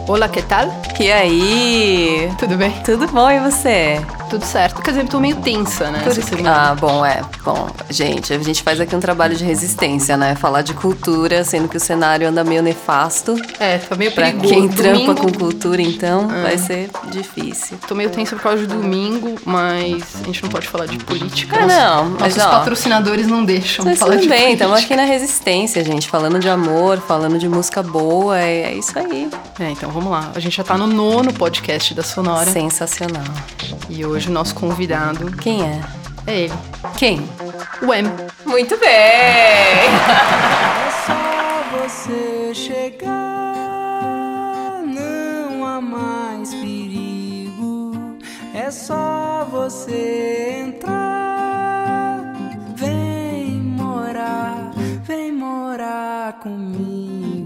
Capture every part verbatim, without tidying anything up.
Olá, que tal? E aí? Tudo bem? Tudo bom, e você? Tudo certo. Quer dizer, eu tô meio tensa, né? Tudo... Ah, bom, é. Bom, gente, a gente faz aqui um trabalho de resistência, né? Falar de cultura, sendo que o cenário anda meio nefasto. É, tá meio pra perigoso. Quem trampa domingo... com cultura, então, ah. vai ser difícil. Tô meio tensa por causa do domingo, mas a gente não pode falar de política. Ah, não, mas Nossos ó, patrocinadores não deixam mas falar tudo de bem, política. estamos aqui na resistência, gente. Falando de amor, falando de música boa, é, é isso aí. É, então vamos lá. A gente já tá no nono podcast da Sonora. Sensacional. E hoje o nosso convidado... Quem é? É ele. Quem? O M. Muito bem! É só você chegar, não há mais perigo. É só você entrar, vem morar, vem morar comigo.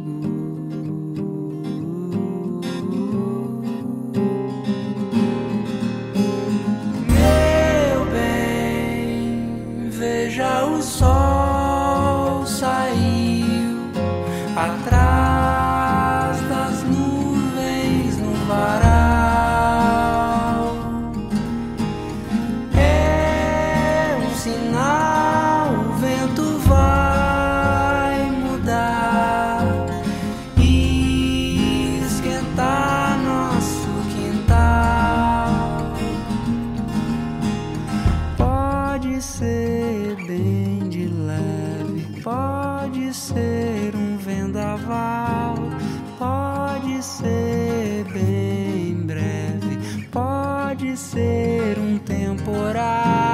Já o sol saiu atrás das nuvens no varal. É um sinal, o vento vai mudar e esquentar nosso quintal. Pode ser bem de leve, pode ser um vendaval, pode ser bem breve, pode ser um temporal.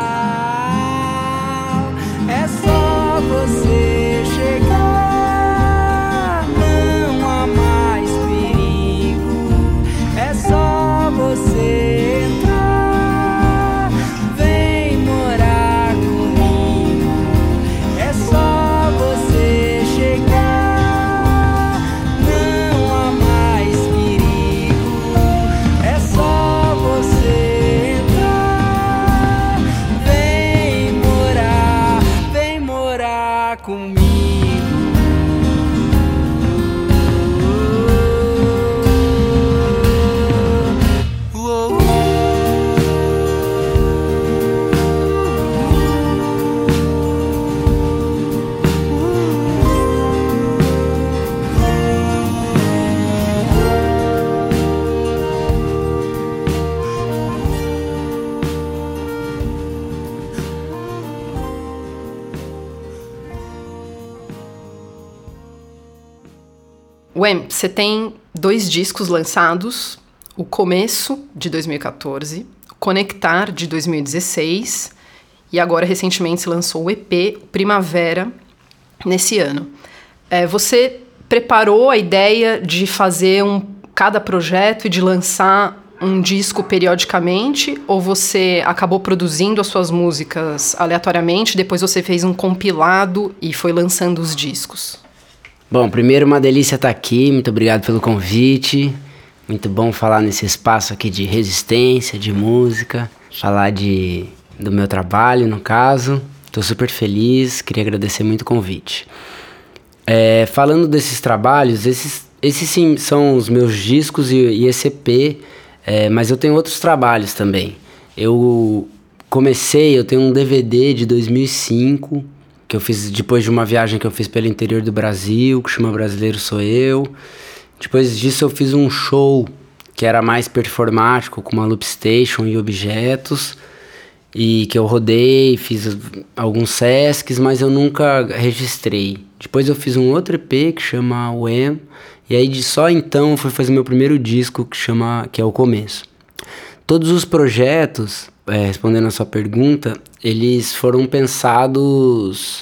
É só você chegar, não há mais perigo. É só você entrar, vem morar comigo. É só você chegar, não há mais perigo. É só você entrar, vem morar, vem morar comigo. Uou. Wem, você tem dois discos lançados, o Começo, de dois mil e quatorze, Conectar, de dois mil e dezesseis, e agora, recentemente, se lançou o E P, Primavera, nesse ano. É, você preparou a ideia de fazer um, cada projeto e de lançar um disco periodicamente, ou você acabou produzindo as suas músicas aleatoriamente, depois você fez um compilado e foi lançando os discos? Bom, primeiro, uma delícia estar aqui, muito obrigado pelo convite, muito bom falar nesse espaço aqui de resistência, de música, falar de, do meu trabalho, no caso, estou super feliz, queria agradecer muito o convite. É, falando desses trabalhos, esses, esses sim são os meus discos e, e esse E P, é, mas eu tenho outros trabalhos também. Eu comecei, eu tenho um D V D de dois mil e cinco, que eu fiz depois de uma viagem que eu fiz pelo interior do Brasil, que chama Brasileiro Sou Eu. Depois disso eu fiz um show que era mais performático, com uma loop station e objetos, e que eu rodei, fiz alguns Sescs, mas eu nunca registrei. Depois eu fiz um outro E P que chama Wem, e aí de só então eu fui fazer meu primeiro disco que, chama, que é o Começo. Todos os projetos, é, respondendo a sua pergunta, eles foram pensados...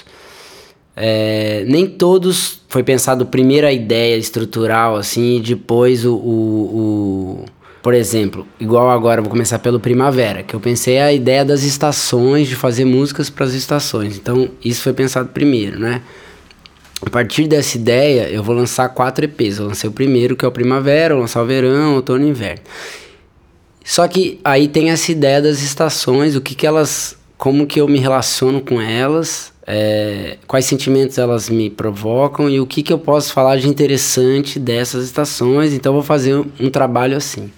É, nem todos foi pensado primeiro a ideia estrutural, assim, e depois o, o, o... Por exemplo, igual agora, vou começar pelo Primavera, que eu pensei a ideia das estações, de fazer músicas para as estações. Então, isso foi pensado primeiro, né? A partir dessa ideia, eu vou lançar quatro E Ps. Eu lancei o primeiro, que é o Primavera, vou lançar o Verão, Outono e Inverno. Só que aí tem essa ideia das estações, o que que elas... Como que eu me relaciono com elas, é, quais sentimentos elas me provocam e o que, que eu posso falar de interessante dessas estações. Então eu vou fazer um, um trabalho assim.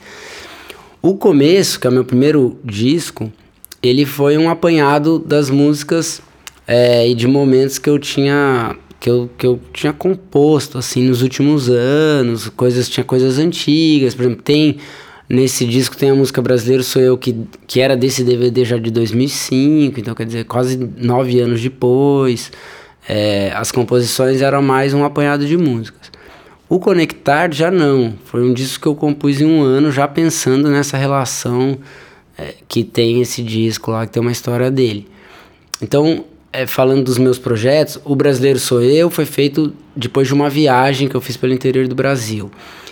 O Começo, que é o meu primeiro disco, ele foi um apanhado das músicas é, e de momentos que eu tinha... Que eu, que eu tinha composto, assim, nos últimos anos, coisas, tinha coisas antigas, por exemplo, tem, nesse disco tem a música Brasileiro Sou Eu, que, que era desse D V D já de dois mil e cinco, então quer dizer, quase nove anos depois, é, as composições eram mais um apanhado de músicas. O Conectar já não, foi um disco que eu compus em um ano, já pensando nessa relação é, que tem esse disco lá, que tem uma história dele. Então, É, falando dos meus projetos, o Brasileiro Sou Eu foi feito depois de uma viagem que eu fiz pelo interior do Brasil.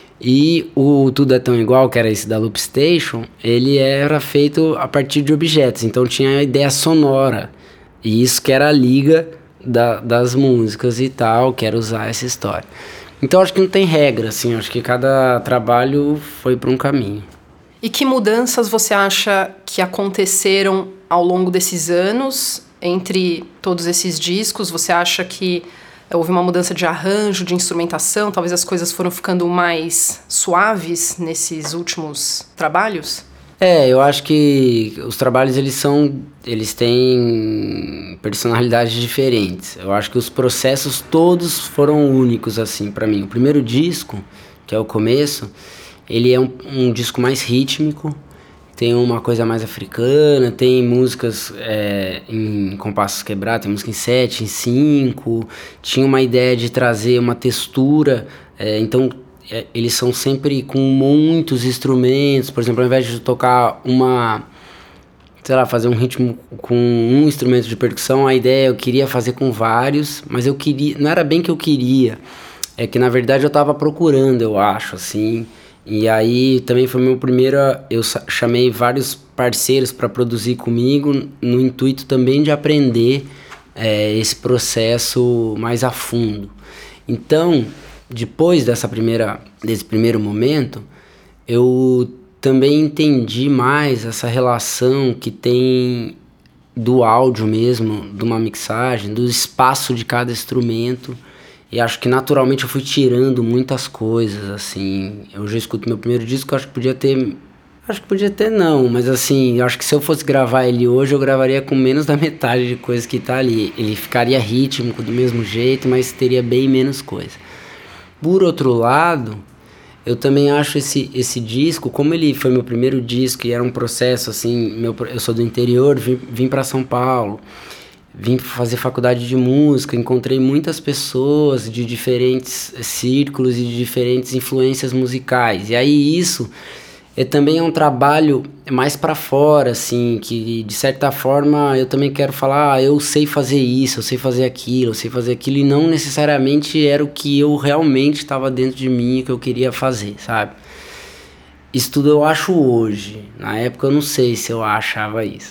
E o Tudo é Tão Igual, que era esse da Loop Station, ele era feito a partir de objetos, então tinha a ideia sonora. E isso que era a liga da, das músicas e tal, que era usar essa história. Então acho que não tem regra, assim, acho que cada trabalho foi para um caminho. E que mudanças você acha que aconteceram ao longo desses anos? Entre todos esses discos, você acha que houve uma mudança de arranjo, de instrumentação? Talvez as coisas foram ficando mais suaves nesses últimos trabalhos? É, eu acho que os trabalhos, eles são, eles têm personalidades diferentes. Eu acho que os processos todos foram únicos, assim, pra mim. O primeiro disco, que é o Começo, ele é um, um disco mais rítmico, tem uma coisa mais africana, tem músicas é, em compassos quebrados, tem música em sete, em cinco, tinha uma ideia de trazer uma textura, é, então é, eles são sempre com muitos instrumentos, por exemplo, ao invés de tocar uma, sei lá, fazer um ritmo com um instrumento de percussão, a ideia eu queria fazer com vários, mas eu queria, não era bem que eu queria, é que na verdade eu estava procurando, eu acho, assim. E aí também foi meu primeiro, eu chamei vários parceiros para produzir comigo, no intuito também de aprender é, esse processo mais a fundo. Então, depois dessa primeira, desse primeiro momento, eu também entendi mais essa relação que tem do áudio mesmo, de uma mixagem, do espaço de cada instrumento. E acho que naturalmente eu fui tirando muitas coisas, assim. Eu já escuto meu primeiro disco, eu acho que podia ter... Acho que podia ter não, mas assim, eu acho que se eu fosse gravar ele hoje, eu gravaria com menos da metade de coisa que tá ali. Ele ficaria rítmico do mesmo jeito, mas teria bem menos coisa. Por outro lado, eu também acho esse, esse disco, como ele foi meu primeiro disco e era um processo, assim, meu, eu sou do interior, vim, vim para São Paulo... Vim fazer faculdade de música, encontrei muitas pessoas de diferentes círculos e de diferentes influências musicais. E aí isso é, também é um trabalho mais para fora, assim, que de certa forma eu também quero falar, ah, eu sei fazer isso, eu sei fazer aquilo, eu sei fazer aquilo, e não necessariamente era o que eu realmente estava dentro de mim e que eu queria fazer, sabe? Isso tudo eu acho hoje. Na época eu não sei se eu achava isso.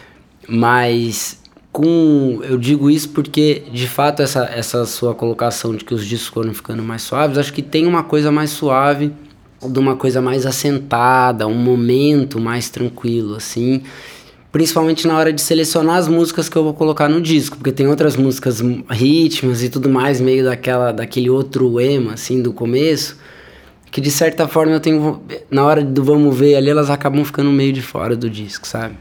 Mas... Com, eu digo isso porque, de fato, essa, essa sua colocação de que os discos foram ficando mais suaves, acho que tem uma coisa mais suave, de uma coisa mais assentada, um momento mais tranquilo, assim, principalmente na hora de selecionar as músicas que eu vou colocar no disco, porque tem outras músicas rítmicas e tudo mais, meio daquela, daquele outro ema, assim, do começo, que de certa forma eu tenho, na hora do vamos ver ali, elas acabam ficando meio de fora do disco, sabe?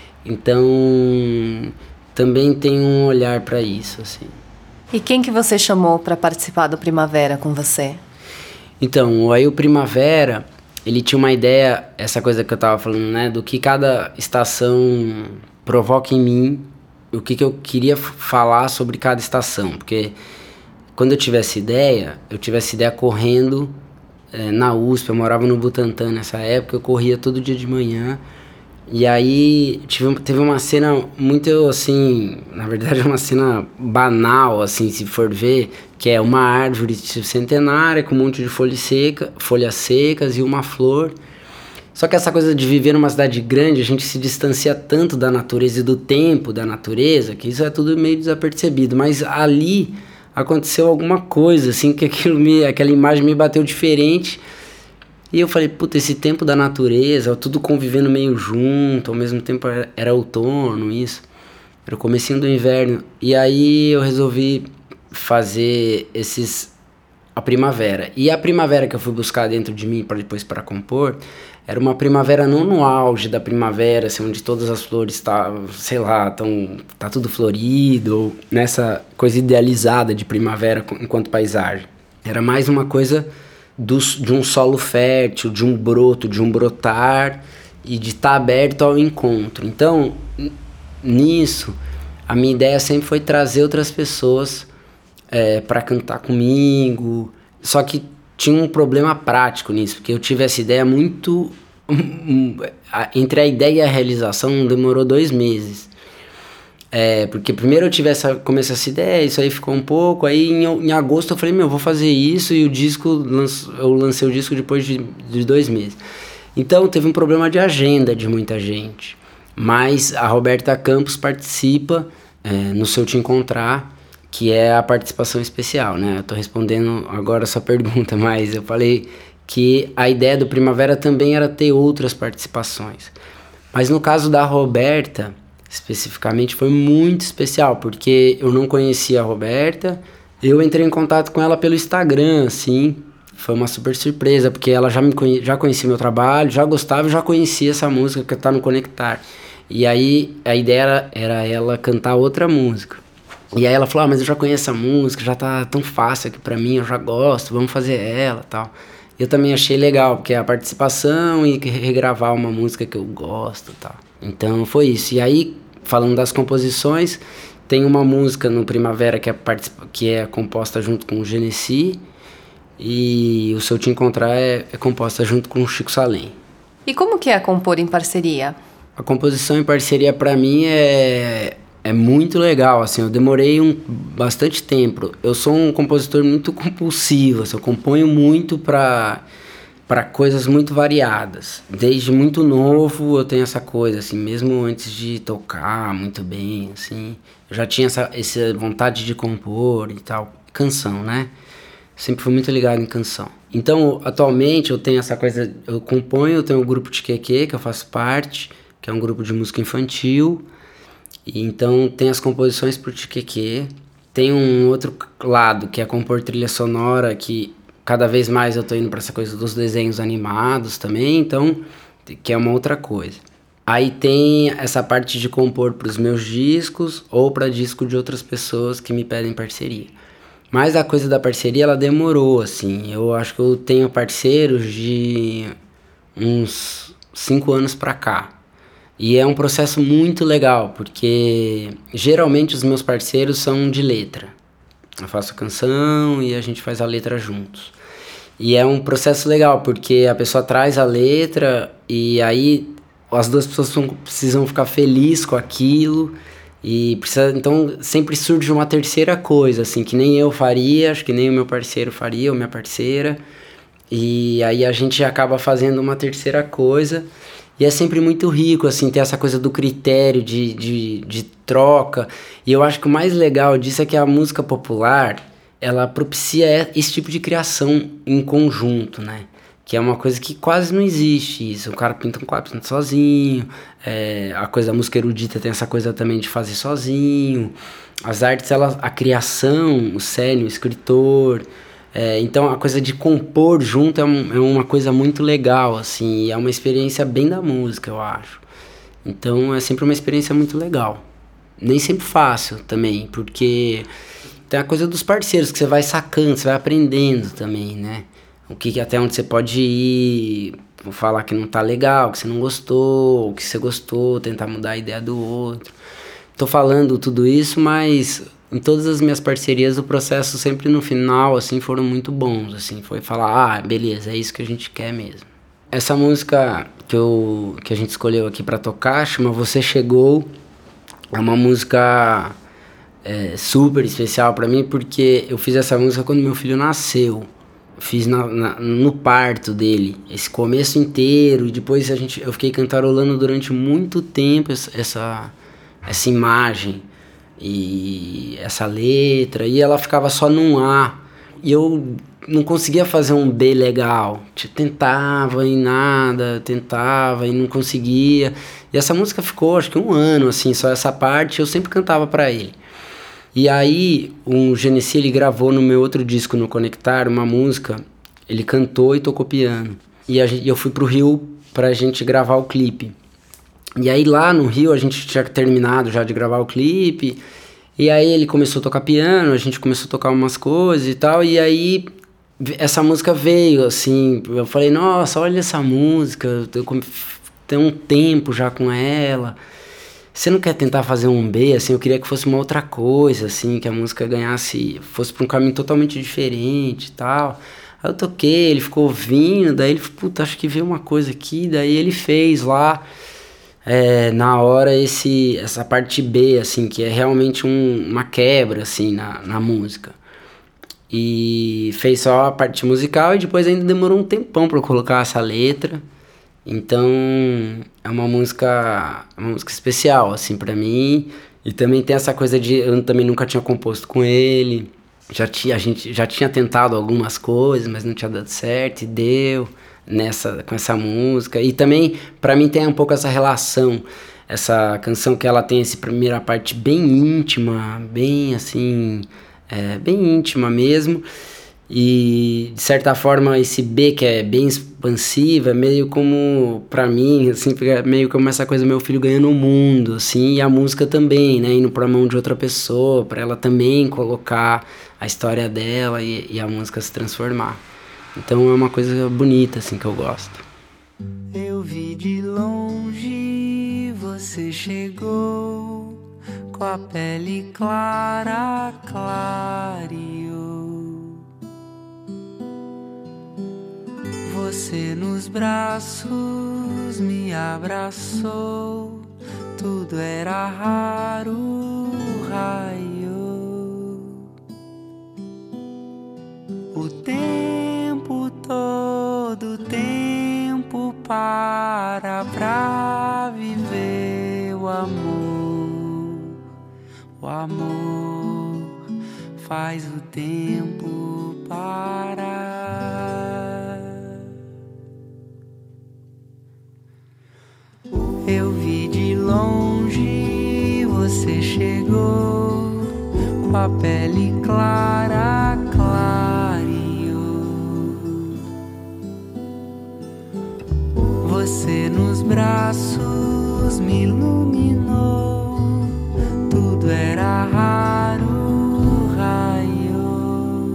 Então... também tem um olhar para isso, assim. E quem que você chamou para participar do Primavera com você? Então, aí o Primavera, ele tinha uma ideia, essa coisa que eu tava falando, né, do que cada estação provoca em mim, o que que eu queria falar sobre cada estação, porque quando eu tive essa ideia, eu tive essa ideia correndo é, na U S P, eu morava no Butantã nessa época, eu corria todo dia de manhã. E aí tive, teve uma cena muito, assim, na verdade é uma cena banal, assim, se for ver, que é uma árvore centenária com um monte de folha seca, folhas secas e uma flor. Só que essa coisa de viver numa cidade grande, a gente se distancia tanto da natureza e do tempo da natureza, que isso é tudo meio desapercebido. Mas ali aconteceu alguma coisa, assim, que aquilo me, aquela imagem me bateu diferente. E eu falei, puta, esse tempo da natureza, tudo convivendo meio junto, ao mesmo tempo era, era outono, isso. era o comecinho do inverno, e aí eu resolvi fazer esses a primavera. E a primavera que eu fui buscar dentro de mim para depois para compor, era uma primavera não no auge da primavera, assim, onde todas as flores estão, sei lá, tão, tá tudo florido, ou nessa coisa idealizada de primavera enquanto paisagem. Era mais uma coisa do, de um solo fértil, de um broto, de um brotar e de estar aberto ao encontro. Então, nisso, a minha ideia sempre foi trazer outras pessoas É, para cantar comigo, só que tinha um problema prático nisso, porque eu tive essa ideia muito... entre a ideia e a realização demorou dois meses, é, porque primeiro eu tive essa, comecei essa ideia, isso aí ficou um pouco, aí em, em agosto eu falei, meu, vou fazer isso, e o disco, eu lancei o disco depois de, de dois meses. Então teve um problema de agenda de muita gente, mas a Roberta Campos participa é, no Se Eu Te Encontrar, que é a participação especial, né? Eu tô respondendo agora a sua pergunta, mas eu falei que a ideia do Primavera também era ter outras participações. Mas no caso da Roberta, especificamente, foi muito especial, porque eu não conhecia a Roberta, eu entrei em contato com ela pelo Instagram, assim, foi uma super surpresa, porque ela já, me conhe- já conhecia meu trabalho, já gostava e já conhecia essa música que tá no Conectar. E aí a ideia era, era ela cantar outra música. E aí ela falou, ah, mas eu já conheço essa música, já tá tão fácil aqui pra mim, eu já gosto, vamos fazer ela e tal. Eu também achei legal, porque é a participação e regravar uma música que eu gosto e tal. Então foi isso. E aí, falando das composições, tem uma música no Primavera que é, participa- que é composta junto com o Genesi, e o Se Eu Te Encontrar é, é composta junto com o Chico Salem. E como que é compor em parceria? A composição em parceria pra mim é... É muito legal, assim, eu demorei um, bastante tempo. Eu sou um compositor muito compulsivo, assim, eu componho muito para para coisas muito variadas. Desde muito novo eu tenho essa coisa, assim, mesmo antes de tocar muito bem, assim, eu já tinha essa, essa vontade de compor e tal. Canção, né? Sempre fui muito ligado em canção. Então, atualmente eu tenho essa coisa, eu componho, eu tenho o grupo de Keke, que eu faço parte, que é um grupo de música infantil. E então tem as composições pro Tiqueque, tem um outro lado que é compor trilha sonora, que cada vez mais eu tô indo para essa coisa dos desenhos animados também, então que é uma outra coisa. Aí tem essa parte de compor pros meus discos ou para disco de outras pessoas que me pedem parceria. Mas a coisa da parceria ela demorou, assim, eu acho que eu tenho parceiros de uns cinco anos para cá. E é um processo muito legal, porque geralmente os meus parceiros são de letra. Eu faço a canção e a gente faz a letra juntos. E é um processo legal, porque a pessoa traz a letra e aí as duas pessoas precisam ficar felizes com aquilo. E precisa, então sempre surge uma terceira coisa, assim, que nem eu faria, acho que nem o meu parceiro faria, ou minha parceira. E aí a gente acaba fazendo uma terceira coisa. E é sempre muito rico, assim, ter essa coisa do critério de, de, de troca. E eu acho que o mais legal disso é que a música popular, ela propicia esse tipo de criação em conjunto, né? Que é uma coisa que quase não existe isso. O cara pinta um quadro, pinta sozinho. É, a coisa da música erudita tem essa coisa também de fazer sozinho. As artes, ela, a criação, o cérebro, o escritor... É, então a coisa de compor junto é, um, é uma coisa muito legal, assim, e é uma experiência bem da música, eu acho. Então é sempre uma experiência muito legal. Nem sempre fácil também, porque tem a coisa dos parceiros que você vai sacando, você vai aprendendo também, né? O que, até onde você pode ir, falar que não tá legal, que você não gostou, que você gostou, tentar mudar a ideia do outro. Tô falando tudo isso, mas... Em todas as minhas parcerias, o processo sempre no final, assim, foram muito bons, assim, foi falar, ah, beleza, é isso que a gente quer mesmo. Essa música que, eu, que a gente escolheu aqui pra tocar, chama Você Chegou, é uma música é, super especial pra mim, porque eu fiz essa música quando meu filho nasceu, fiz na, na, no parto dele, esse começo inteiro, e depois a gente, eu fiquei cantarolando durante muito tempo essa, essa, essa imagem, e essa letra, e ela ficava só num A, e eu não conseguia fazer um B legal. Eu tentava e nada, tentava e não conseguia. E essa música ficou, acho que um ano, assim, só essa parte, eu sempre cantava pra ele. E aí, o Genesi, ele gravou no meu outro disco, no Conectar, uma música, ele cantou e tocou piano. E a gente, eu fui pro Rio pra gente gravar o clipe. E aí lá no Rio, a gente tinha terminado já de gravar o clipe, e aí ele começou a tocar piano, a gente começou a tocar umas coisas e tal, e aí essa música veio, assim, eu falei, nossa, olha essa música, eu tenho um tempo já com ela, você não quer tentar fazer um B, assim, eu queria que fosse uma outra coisa, assim, que a música ganhasse, fosse pra um caminho totalmente diferente e tal. Aí eu toquei, ele ficou ouvindo, daí ele, puta, acho que veio uma coisa aqui, daí ele fez lá, é, na hora, esse, essa parte B, assim, que é realmente um, uma quebra, assim, na, na música. E fez só a parte musical e depois ainda demorou um tempão pra eu colocar essa letra. Então é uma música, uma música especial, assim, pra mim. E também tem essa coisa de... Eu também nunca tinha composto com ele. Já tinha, a gente já tinha tentado algumas coisas, mas não tinha dado certo. E deu nessa, com essa música. E também, pra mim, tem um pouco essa relação. Essa canção que ela tem essa primeira parte bem íntima, bem assim... É, bem íntima mesmo, e de certa forma esse B que é bem expansiva, é meio como, pra mim, assim, meio como essa coisa meu filho ganhando o mundo, assim, e a música também, né, indo pra mão de outra pessoa, pra ela também colocar a história dela e, e a música se transformar. Então é uma coisa bonita, assim, que eu gosto. Eu vi de longe, você chegou com a pele clara, clareou. Você nos braços me abraçou, tudo era raro, raiou. O tempo todo, o tempo para pra viver o amor. O amor faz o tempo parar. Eu vi de longe, você chegou com a pele clara, clareou. Você nos braços me iluminou, tudo era raro, raiou.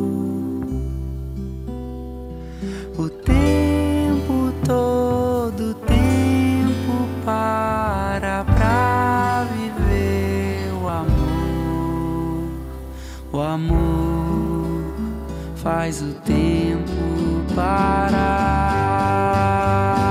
O tempo todo, o tempo para pra viver o amor. O amor faz o tempo parar.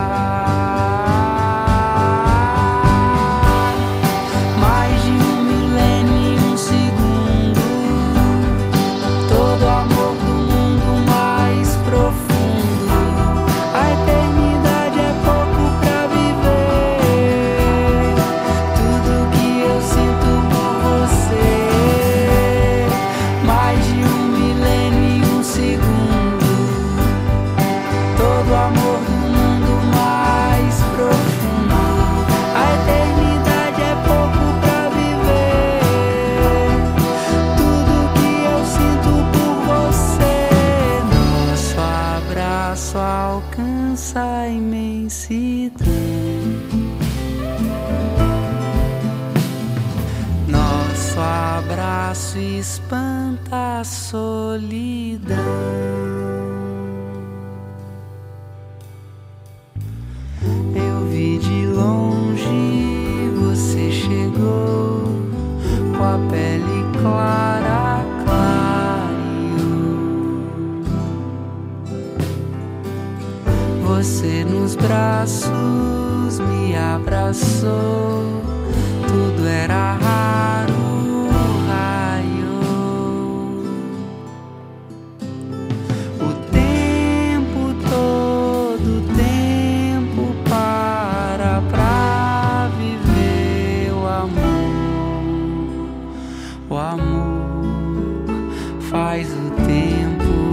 Espanta a solidão. Eu vi de longe, você chegou com a pele clara, clareou. Você nos braços me abraçou, tudo era raro. O amor faz o tempo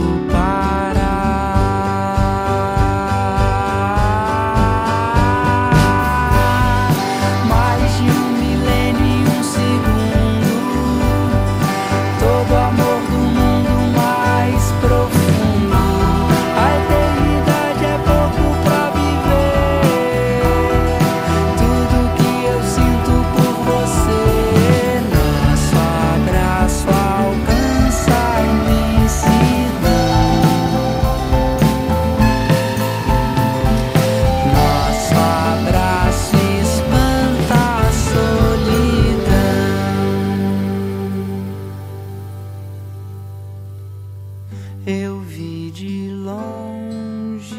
eu vi de longe.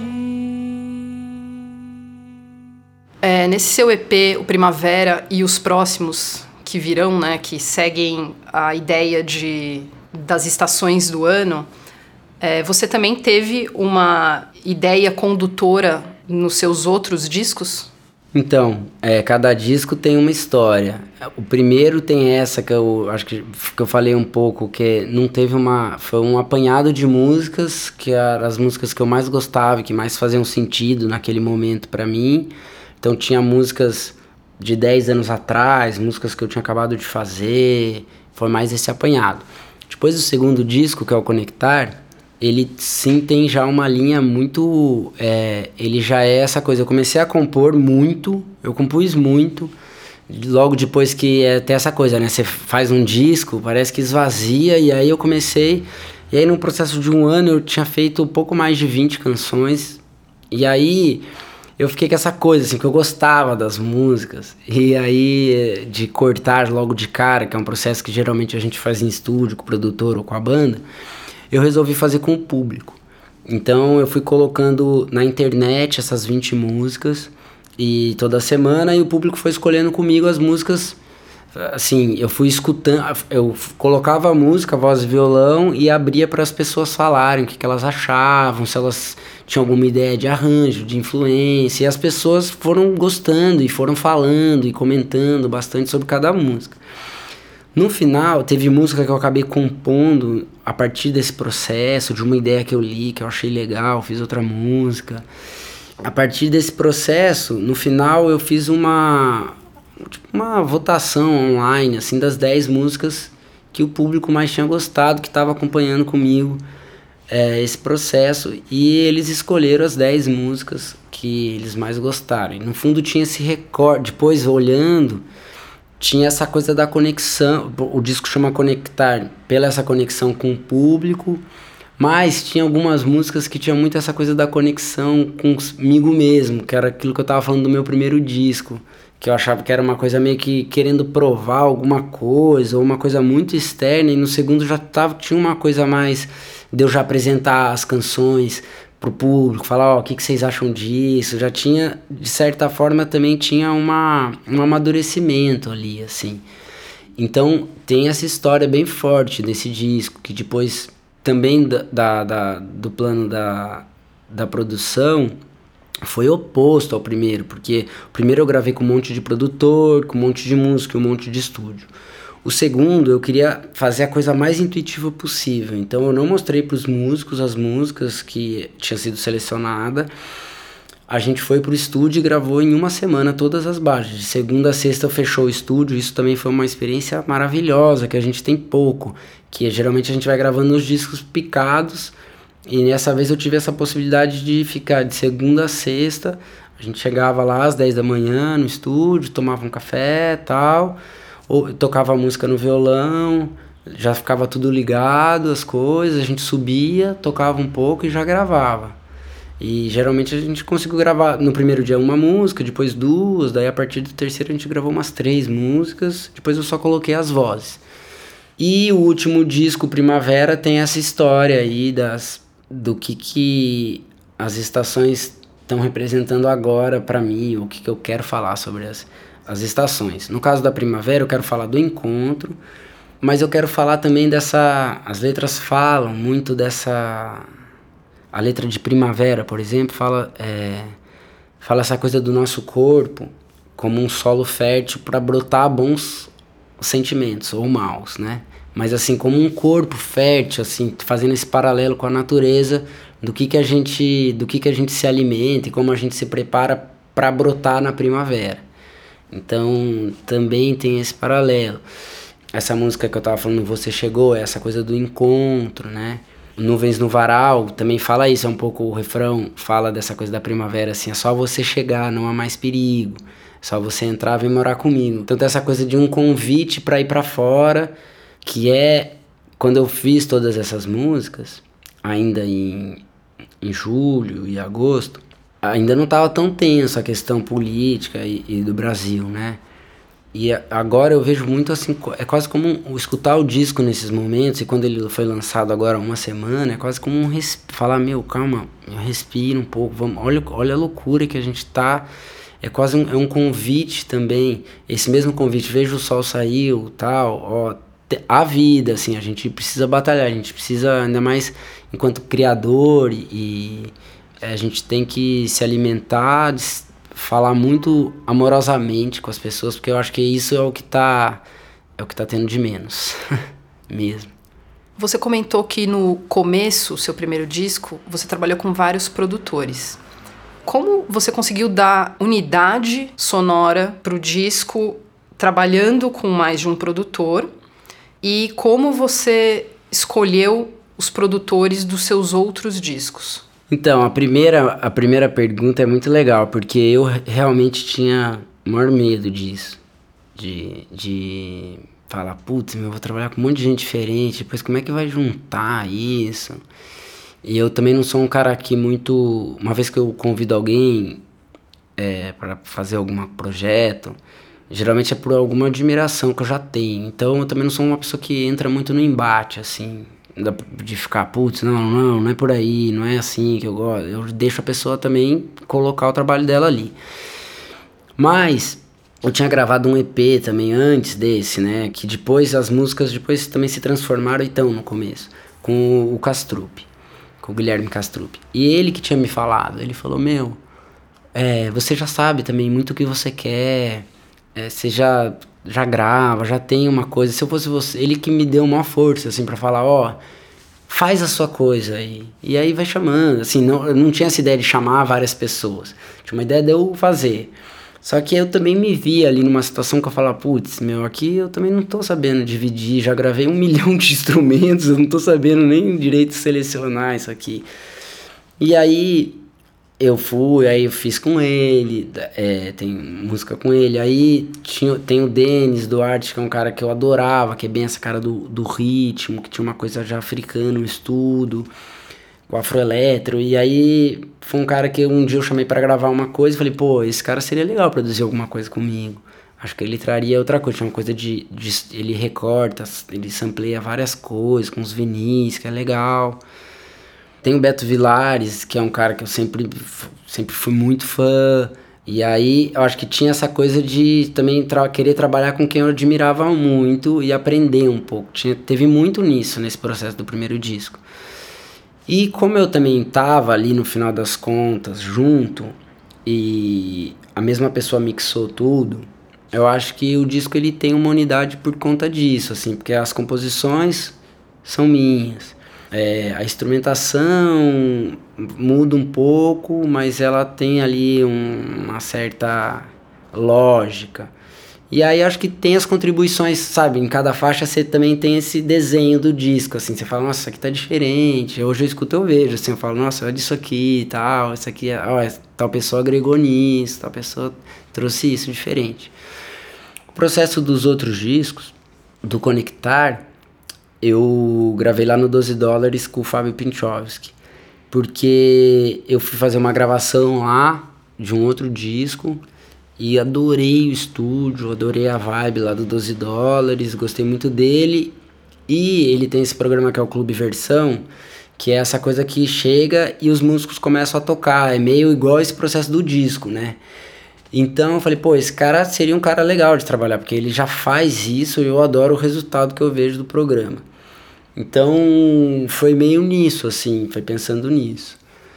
É, nesse seu E P, o Primavera e os próximos que virão, né, que seguem a ideia de, das estações do ano, é, você também teve uma ideia condutora nos seus outros discos? Então, é, cada disco tem uma história. O primeiro tem essa que eu acho que, que eu falei um pouco, que não teve uma... Foi um apanhado de músicas, que eram as músicas que eu mais gostava, que mais faziam sentido naquele momento pra mim. Então tinha músicas de dez anos atrás, músicas que eu tinha acabado de fazer, foi mais esse apanhado. Depois do segundo disco, que é o Conectar, ele sim tem já uma linha muito... É, ele já é essa coisa, eu comecei a compor muito, eu compus muito, logo depois que é até essa coisa, né? Você faz um disco, parece que esvazia, e aí eu comecei... E aí num processo de um ano eu tinha feito um pouco mais de vinte canções, e aí... Eu fiquei com essa coisa, assim, que eu gostava das músicas, e aí de cortar logo de cara, que é um processo que geralmente a gente faz em estúdio, com o produtor ou com a banda, eu resolvi fazer com o público. Então eu fui colocando na internet essas vinte músicas, e toda semana, e o público foi escolhendo comigo as músicas, assim, eu fui escutando, eu colocava a música, voz e violão, e abria para as pessoas falarem o que, que elas achavam, se elas tinham alguma ideia de arranjo, de influência, e as pessoas foram gostando, e foram falando, e comentando bastante sobre cada música. No final, teve música que eu acabei compondo a partir desse processo, de uma ideia que eu li, que eu achei legal, fiz outra música. A partir desse processo, no final eu fiz uma... Tipo uma votação online, assim, das dez músicas que o público mais tinha gostado, que estava acompanhando comigo é, esse processo, e eles escolheram as dez músicas que eles mais gostaram. E no fundo tinha esse recorte, depois olhando, tinha essa coisa da conexão, o disco chama Conectar, pela essa conexão com o público, mas tinha algumas músicas que tinham muito essa coisa da conexão comigo mesmo, que era aquilo que eu estava falando do meu primeiro disco, que eu achava que era uma coisa meio que querendo provar alguma coisa, ou uma coisa muito externa, e no segundo já tava, tinha uma coisa mais de eu já apresentar as canções pro público, falar, ó, oh, o que, que vocês acham disso, já tinha, de certa forma, também tinha uma, um amadurecimento ali, assim. Então, tem essa história bem forte desse disco, que depois, também da, da, da, do plano da, da produção... foi oposto ao primeiro, porque o primeiro eu gravei com um monte de produtor, com um monte de música, um monte de estúdio. O segundo eu queria fazer a coisa mais intuitiva possível, então eu não mostrei para os músicos as músicas que tinha sido selecionada. A gente foi pro estúdio e gravou em uma semana todas as baixas. De segunda a sexta fechou o estúdio, isso também foi uma experiência maravilhosa, que a gente tem pouco, que geralmente a gente vai gravando os discos picados. E nessa vez eu tive essa possibilidade de ficar de segunda a sexta. A gente chegava lá às dez da manhã no estúdio, tomava um café e tal, ou tocava a música no violão, já ficava tudo ligado, as coisas, a gente subia, tocava um pouco e já gravava. E geralmente a gente conseguiu gravar no primeiro dia uma música, depois duas, daí a partir do terceiro a gente gravou umas três músicas, depois eu só coloquei as vozes. E o último disco, Primavera, tem essa história aí das... do que, que as estações estão representando agora para mim, o que, que eu quero falar sobre as, as estações. No caso da Primavera, eu quero falar do encontro, mas eu quero falar também dessa... As letras falam muito dessa... A letra de Primavera, por exemplo, fala, é, fala essa coisa do nosso corpo como um solo fértil para brotar bons sentimentos, ou maus, né? Mas assim, como um corpo fértil, assim, fazendo esse paralelo com a natureza, do que que a gente, do que que a gente se alimenta e como a gente se prepara para brotar na primavera. Então, também tem esse paralelo. Essa música que eu tava falando, Você Chegou, é essa coisa do encontro, né? Nuvens no Varal também fala isso, é um pouco o refrão, fala dessa coisa da primavera, assim, é só você chegar, não há mais perigo, é só você entrar, vem morar comigo. Então tem essa coisa de um convite para ir para fora, que é, quando eu fiz todas essas músicas, ainda em, em julho e agosto, ainda não estava tão tenso a questão política e, e do Brasil, né? E agora eu vejo muito assim, é quase como um, escutar o disco nesses momentos, e quando ele foi lançado agora há uma semana, é quase como um res, falar, meu, calma, respira um pouco, vamos, olha, olha a loucura que a gente tá, é quase um, é um convite também, esse mesmo convite, veja o sol saiu, tal, ó, a vida, assim, a gente precisa batalhar, a gente precisa, ainda mais enquanto criador, e, e a gente tem que se alimentar, de, falar muito amorosamente com as pessoas, porque eu acho que isso é o que tá, é o que tá tendo de menos, mesmo. Você comentou que no começo, seu primeiro disco, você trabalhou com vários produtores. Como você conseguiu dar unidade sonora pro disco, trabalhando com mais de um produtor, e como você escolheu os produtores dos seus outros discos? Então, a primeira, a primeira pergunta é muito legal, porque eu realmente tinha o maior medo disso. De, de falar, putz, eu vou trabalhar com um monte de gente diferente, depois como é que vai juntar isso? E eu também não sou um cara que muito... Uma vez que eu convido alguém é, para fazer algum projeto, geralmente é por alguma admiração que eu já tenho. Então, eu também não sou uma pessoa que entra muito no embate, assim... de ficar, putz, não, não, não é por aí, não é assim que eu gosto. Eu deixo a pessoa também colocar o trabalho dela ali. Mas eu tinha gravado um E P também antes desse, né? Que depois as músicas depois também se transformaram, então, no começo, com o Castrup, com o Guilherme Castrup. E ele que tinha me falado, ele falou, meu, é, você já sabe também muito o que você quer, é, você já... já grava, já tem uma coisa. Se eu fosse você, ele que me deu uma força, assim, pra falar, ó, faz a sua coisa aí. E aí vai chamando, assim, não, eu não tinha essa ideia de chamar várias pessoas. Tinha uma ideia de eu fazer. Só que eu também me via ali numa situação que eu falava, putz, meu, aqui eu também não tô sabendo dividir, já gravei um milhão de instrumentos, eu não tô sabendo nem direito selecionar isso aqui. E aí... eu fui, aí eu fiz com ele, é, tem música com ele, aí tinha, tem o Denis Duarte, que é um cara que eu adorava, que é bem essa cara do, do ritmo, que tinha uma coisa já africana no estudo, o afroeletro, e aí foi um cara que um dia eu chamei pra gravar uma coisa e falei, pô, esse cara seria legal produzir alguma coisa comigo, acho que ele traria outra coisa, tinha uma coisa de, de ele recorta, ele sampleia várias coisas, com os vinis, que é legal. Tem o Beto Vilares, que é um cara que eu sempre, sempre fui muito fã. E aí, eu acho que tinha essa coisa de também tra- querer trabalhar com quem eu admirava muito e aprender um pouco. Tinha, teve muito nisso, nesse processo do primeiro disco. E como eu também estava ali, no final das contas, junto, e a mesma pessoa mixou tudo, eu acho que o disco ele tem uma unidade por conta disso, assim, porque as composições são minhas. É, a instrumentação muda um pouco, mas ela tem ali um, uma certa lógica. E aí acho que tem as contribuições, sabe? Em cada faixa você também tem esse desenho do disco, assim. Você fala, nossa, isso aqui tá diferente. Hoje eu escuto, eu vejo, assim. Eu falo, nossa, olha isso aqui e tal. Isso aqui, ó, tal pessoa agregou nisso, tal pessoa trouxe isso diferente. O processo dos outros discos, do Conectar... eu gravei lá no doze dólares com o Fábio Pinchovski, porque eu fui fazer uma gravação lá de um outro disco e adorei o estúdio, adorei a vibe lá do doze dólares, gostei muito dele. E ele tem esse programa que é o Clube Versão, que é essa coisa que chega e os músicos começam a tocar, é meio igual esse processo do disco, né? Então eu falei, pô, esse cara seria um cara legal de trabalhar, porque ele já faz isso e eu adoro o resultado que eu vejo do programa. Então foi meio nisso, assim, foi pensando nisso.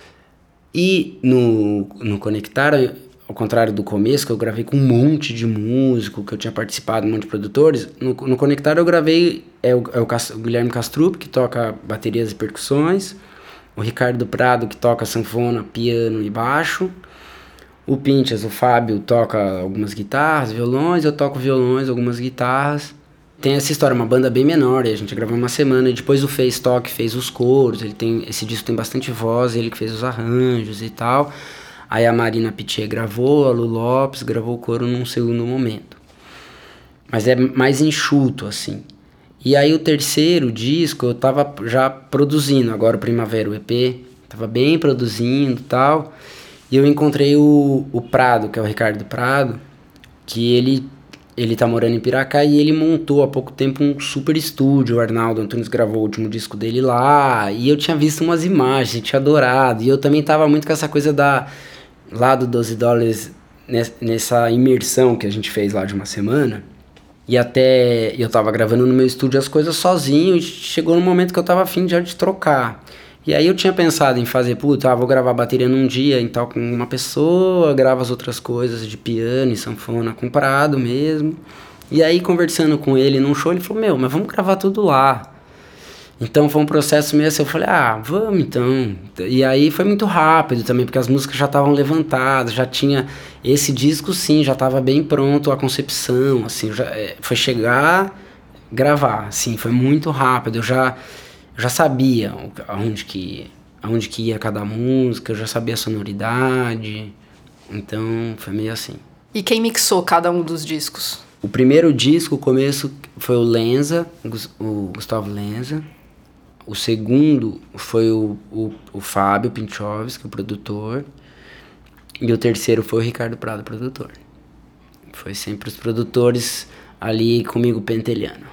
E no, no Conectar, ao contrário do começo, que eu gravei com um monte de músico, que eu tinha participado, um monte de produtores, no, no Conectar eu gravei é o, é o, o Guilherme Castrup, que toca baterias e percussões, o Ricardo Prado, que toca sanfona, piano e baixo, o Pinchas, o Fábio, toca algumas guitarras, violões, eu toco violões, algumas guitarras. Tem essa história, uma banda bem menor, e a gente gravou uma semana, e depois o Fez Toque fez os coros, ele tem, esse disco tem bastante voz, ele que fez os arranjos e tal. Aí a Marina Pitié gravou, a Lu Lopes gravou o coro num segundo momento. Mas é mais enxuto, assim. E aí o terceiro disco eu tava já produzindo, agora o Primavera, o E P, tava bem produzindo e tal. E eu encontrei o, o Prado, que é o Ricardo Prado, que ele ele tá morando em Piracá e ele montou há pouco tempo um super estúdio. O Arnaldo Antunes gravou o último disco dele lá. E eu tinha visto umas imagens, tinha adorado. E eu também tava muito com essa coisa da, lá do doze dólares, nessa imersão que a gente fez lá de uma semana. E até eu tava gravando no meu estúdio as coisas sozinho. E chegou no momento que eu tava afim já de trocar. E aí eu tinha pensado em fazer, puta, ah, vou gravar a bateria num dia e tal com uma pessoa, gravo as outras coisas de piano e sanfona com Prado mesmo. E aí conversando com ele num show, ele falou, meu, mas vamos gravar tudo lá. Então foi um processo meio assim, eu falei, ah, vamos então. E aí foi muito rápido também, porque as músicas já estavam levantadas, já tinha... Esse disco sim, já estava bem pronto a concepção, assim, já, é, foi chegar, gravar, assim, foi muito rápido, eu já... Eu já sabia aonde que, aonde que ia cada música, eu já sabia a sonoridade, então foi meio assim. E quem mixou cada um dos discos? O primeiro disco, o começo, foi o Lenza, o Gustavo Lenza. O segundo foi o, o, o Fábio Pinchovski, o produtor. E o terceiro foi o Ricardo Prado, o produtor. Foi sempre os produtores ali comigo pentelhando.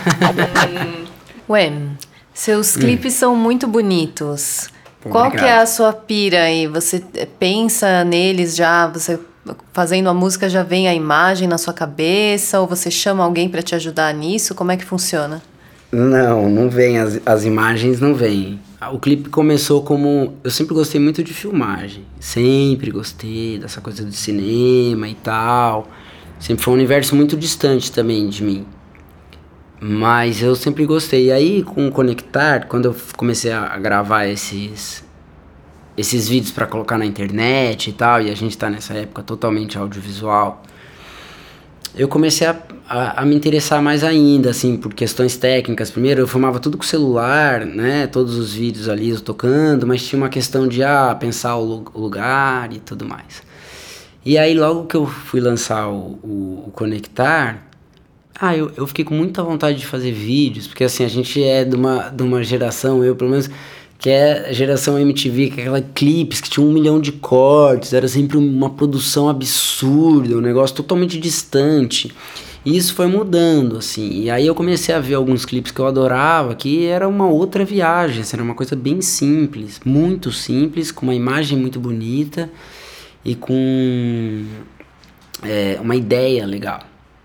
Ué... Seus clipes hum. são muito bonitos. Pô, Qual obrigado. Que é a sua pira aí? Você pensa neles já, você fazendo a música já vem a imagem na sua cabeça? Ou você chama alguém para te ajudar nisso? Como é que funciona? Não, não vem, as, as imagens não vêm. O clipe começou como... Eu sempre gostei muito de filmagem. Sempre gostei dessa coisa do cinema e tal. Sempre foi um universo muito distante também de mim. Mas eu sempre gostei. E aí, com o Conectar, quando eu comecei a gravar esses, esses vídeos para colocar na internet e tal, e a gente tá nessa época totalmente audiovisual, eu comecei a, a, a me interessar mais ainda, assim, por questões técnicas. Primeiro, eu filmava tudo com celular, né? Todos os vídeos ali eu tocando, mas tinha uma questão de, ah, pensar o, o lugar e tudo mais. E aí, logo que eu fui lançar o, o, o Conectar... Ah, eu, eu fiquei com muita vontade de fazer vídeos, porque assim, a gente é de uma, de uma geração, eu pelo menos, que é a geração M T V, que é aquela clipes que tinha um milhão de cortes, era sempre uma produção absurda, um negócio totalmente distante. E isso foi mudando, assim, e aí eu comecei a ver alguns clipes que eu adorava, que era uma outra viagem, assim, era uma coisa bem simples, muito simples, com uma imagem muito bonita e com é, uma ideia legal.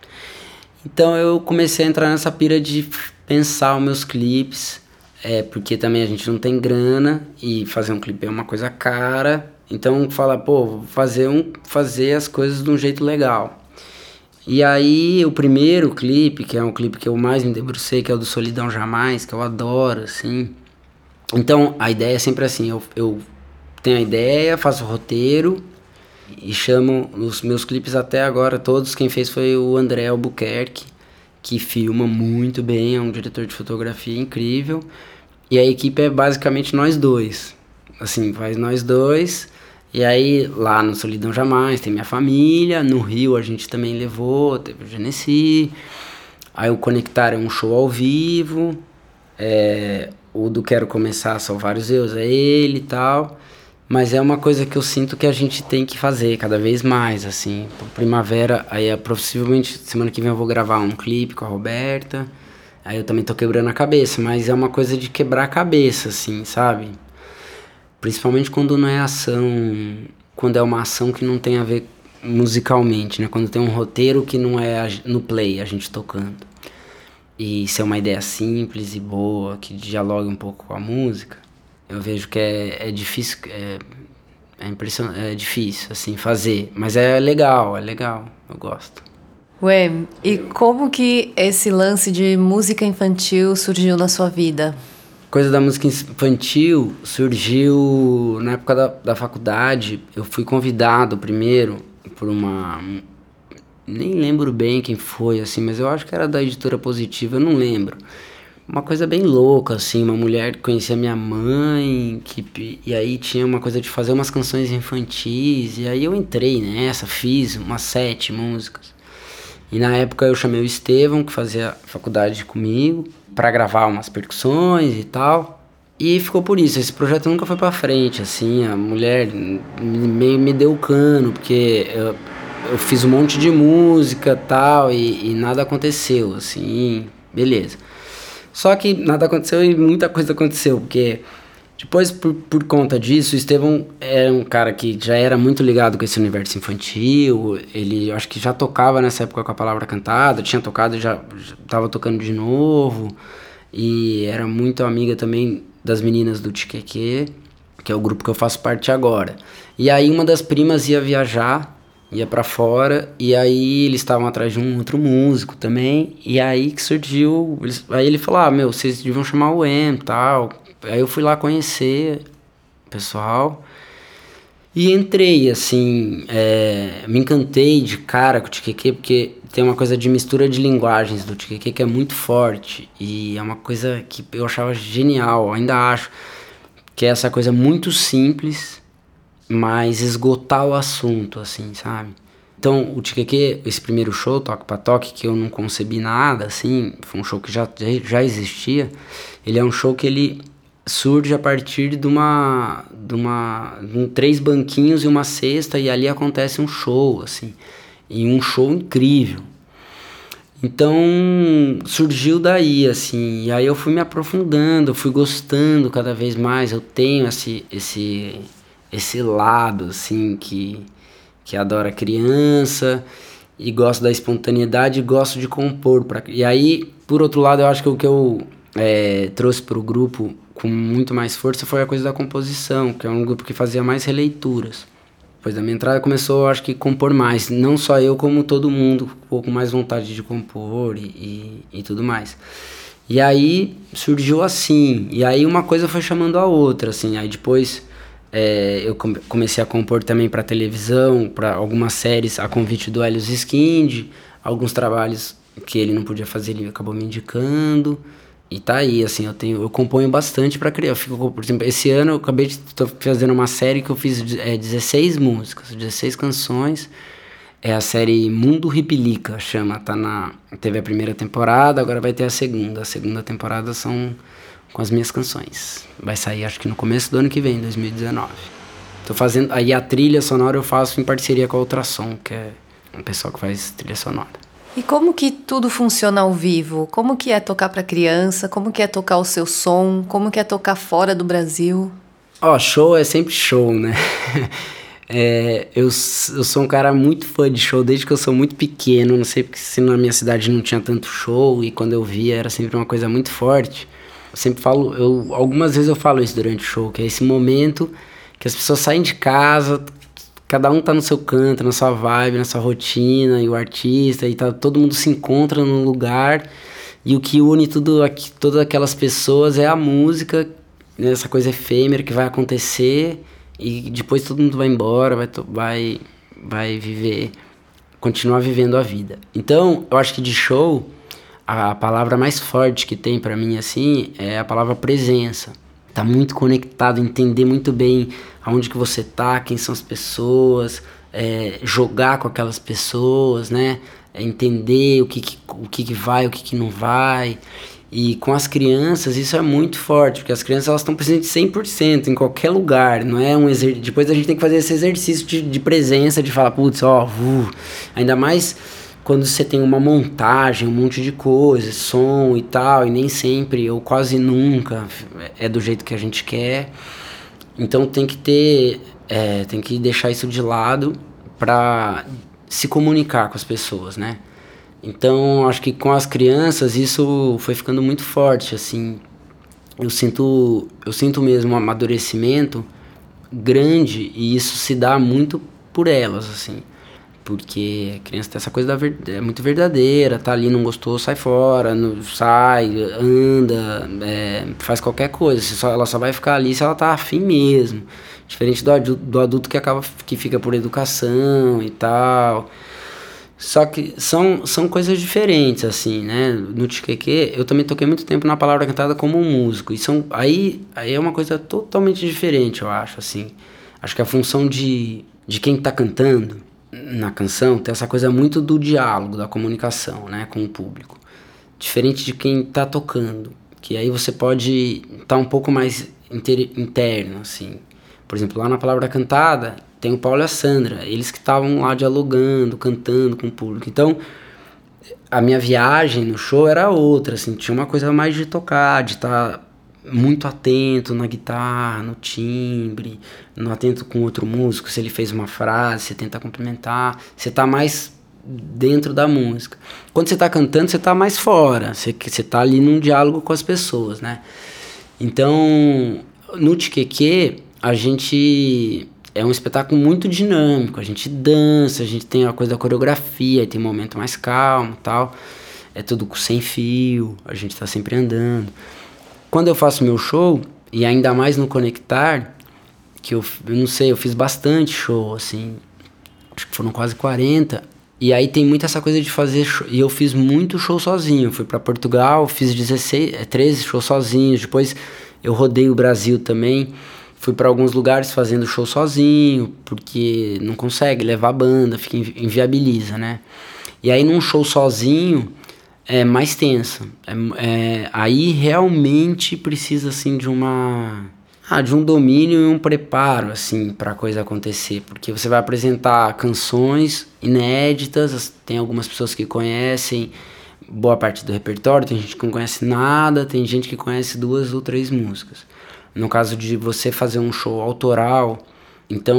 Então eu comecei a entrar nessa pira de pensar os meus clipes, é, porque também a gente não tem grana e fazer um clipe é uma coisa cara, então fala, pô, vou fazer, um, fazer as coisas de um jeito legal. E aí o primeiro clipe, que é um clipe que eu mais me debrucei, que é o do Solidão Jamais, que eu adoro, assim. Então a ideia é sempre assim, eu, eu tenho a ideia, faço o roteiro... E chamo os meus clipes até agora, todos quem fez foi o André Albuquerque, que filma muito bem, é um diretor de fotografia incrível. E a equipe é basicamente nós dois. Assim, faz nós dois. E aí lá no Solidão Jamais tem minha família, no Rio a gente também levou, teve o Genesi. Aí o Conectar é um show ao vivo. É, o do Quero Começar são vários eus, é ele e tal. Mas é uma coisa que eu sinto que a gente tem que fazer cada vez mais, assim. Primavera, aí é, possivelmente semana que vem eu vou gravar um clipe com a Roberta. Aí eu também tô quebrando a cabeça, mas é uma coisa de quebrar a cabeça, assim, sabe? Principalmente quando não é ação, quando é uma ação que não tem a ver musicalmente, né? Quando tem um roteiro que não é no play, a gente tocando. E se é uma ideia simples e boa, que dialogue um pouco com a música, eu vejo que é, é difícil, é, é, impression... é difícil, assim, fazer. Mas é legal, é legal, eu gosto. Ué, e como que esse lance de música infantil surgiu na sua vida? Coisa da música infantil surgiu na época da, da faculdade. Eu fui convidado primeiro por uma... Nem lembro bem quem foi, assim, mas eu acho que era da Editora Positiva, eu não lembro. Uma coisa bem louca, assim, uma mulher que conhecia minha mãe, que, e aí tinha uma coisa de fazer umas canções infantis, e aí eu entrei nessa, fiz umas sete músicas. E na época eu chamei o Estevão, que fazia faculdade comigo, pra gravar umas percussões e tal. E ficou por isso, esse projeto nunca foi pra frente, assim, a mulher meio me deu cano, porque eu, eu fiz um monte de música tal, e, e nada aconteceu, assim, beleza. Só que nada aconteceu e muita coisa aconteceu, porque depois, por, por conta disso, o Estevão é um cara que já era muito ligado com esse universo infantil, ele acho que já tocava nessa época com a Palavra Cantada, tinha tocado e já estava tocando de novo, e era muito amiga também das meninas do Tiqueque, que é o grupo que eu faço parte agora. E aí uma das primas ia viajar, ia pra fora, e aí eles estavam atrás de um outro músico também, e aí que surgiu, eles, aí ele falou, ah, meu, vocês deviam chamar o Em e tal. Aí eu fui lá conhecer o pessoal, e entrei, assim, é, me encantei de cara com o Tiqueque, porque tem uma coisa de mistura de linguagens do Tiqueque que é muito forte, e é uma coisa que eu achava genial, ainda acho, que é essa coisa muito simples, mas esgotar o assunto, assim, sabe? Então, o Tiqueque, esse primeiro show, Toque pra Toque, que eu não concebi nada, assim, foi um show que já, já existia, ele é um show que ele surge a partir de uma, de uma, de um, três banquinhos e uma cesta, e ali acontece um show, assim, e um show incrível. Então, surgiu daí, assim, e aí eu fui me aprofundando, eu fui gostando cada vez mais, eu tenho esse, esse, esse lado, assim, que, que adora criança, e gosto da espontaneidade, e gosto de compor. Pra, e aí, por outro lado, eu acho que o que eu é, trouxe para o grupo com muito mais força foi a coisa da composição, que é um grupo que fazia mais releituras. Depois da minha entrada começou, acho que, compor mais. Não só eu, como todo mundo, ficou com mais vontade de compor e, e, e tudo mais. E aí surgiu assim. E aí uma coisa foi chamando a outra, assim. Aí depois é, eu comecei a compor também para televisão, para algumas séries, a convite do Helios Skind, alguns trabalhos que ele não podia fazer, ele acabou me indicando. E tá aí, assim, eu tenho, eu componho bastante pra criar. Eu fico, por exemplo, esse ano eu acabei de tô fazendo uma série que eu fiz é, dezesseis músicas, dezesseis canções. É a série Mundo Ripilica, chama, tá na, teve a primeira temporada, agora vai ter a segunda. A segunda temporada são com as minhas canções. Vai sair, acho que no começo do ano que vem, dois mil e dezenove. Tô fazendo, aí a trilha sonora eu faço em parceria com a Ultrassom, que é um pessoal que faz trilha sonora. E como que tudo funciona ao vivo? Como que é tocar para criança? Como que é tocar o seu som? Como que é tocar fora do Brasil? Ó, oh, show é sempre show, né? é, eu, eu sou um cara muito fã de show desde que eu sou muito pequeno. Não sei porque se na minha cidade não tinha tanto show, e quando eu via era sempre uma coisa muito forte. Eu sempre falo, eu, algumas vezes eu falo isso durante o show, que é esse momento que as pessoas saem de casa, cada um tá no seu canto, na sua vibe, na sua rotina, e o artista, e tá, todo mundo se encontra num lugar, e o que une tudo aqui, todas aquelas pessoas é a música, né, essa coisa efêmera que vai acontecer, e depois todo mundo vai embora, vai, vai, vai viver, continuar vivendo a vida. Então, eu acho que de show, a, a palavra mais forte que tem pra mim, assim, é a palavra presença. Tá muito conectado, entender muito bem aonde que você tá, quem são as pessoas, é, jogar com aquelas pessoas, né? É, entender o que que, o que que vai, o que que não vai. E com as crianças isso é muito forte, porque as crianças elas estão presentes cem por cento em qualquer lugar, não é um exer... Depois a gente tem que fazer esse exercício de, de presença, de falar, putz, ó, uh, ainda mais quando você tem uma montagem, um monte de coisas, som e tal, e nem sempre, ou quase nunca, é do jeito que a gente quer. Então tem que ter, é, tem que deixar isso de lado para se comunicar com as pessoas, né? Então acho que com as crianças isso foi ficando muito forte, assim. Eu sinto, eu sinto mesmo um amadurecimento grande, e isso se dá muito por elas, assim. Porque a criança tem essa coisa da ver... é muito verdadeira, tá ali, não gostou, sai fora, não... sai, anda, é... faz qualquer coisa. Só... ela só vai ficar ali se ela tá afim mesmo. Diferente do adulto, do adulto que acaba que fica por educação e tal. Só que são, são coisas diferentes, assim, né? No Tiqueque, eu também toquei muito tempo na Palavra Cantada como músico. E são... aí, aí é uma coisa totalmente diferente, eu acho, assim. Acho que a função de, de quem tá cantando na canção tem essa coisa muito do diálogo, da comunicação, né, com o público, diferente de quem tá tocando, que aí você pode estar tá um pouco mais inter, interno, assim. Por exemplo, lá na Palavra Cantada tem o Paulo e a Sandra, eles que estavam lá dialogando, cantando com o público. Então, a minha viagem no show era outra, assim, tinha uma coisa mais de tocar, de estar muito atento na guitarra, no timbre, no atento com outro músico, se ele fez uma frase, você tenta complementar, você tá mais dentro da música. Quando você tá cantando, você tá mais fora, você, você tá ali num diálogo com as pessoas, né? Então, no Tiqueque, a gente... é um espetáculo muito dinâmico, a gente dança, a gente tem a coisa da coreografia, tem um momento mais calmo e tal, é tudo sem fio, a gente tá sempre andando. Quando eu faço meu show, e ainda mais no Conectar, que eu, eu não sei, eu fiz bastante show, assim, acho que foram quase quarenta, e aí tem muito essa coisa de fazer show, e eu fiz muito show sozinho, fui pra Portugal, fiz dezesseis, treze shows sozinhos, depois eu rodei o Brasil também, fui para alguns lugares fazendo show sozinho, porque não consegue levar a banda, fica inviabiliza, né? E aí num show sozinho é mais tenso. É, é, aí realmente precisa assim de uma ah, de um domínio e um preparo assim para a coisa acontecer, porque você vai apresentar canções inéditas, tem algumas pessoas que conhecem boa parte do repertório, tem gente que não conhece nada, tem gente que conhece duas ou três músicas. No caso de você fazer um show autoral, então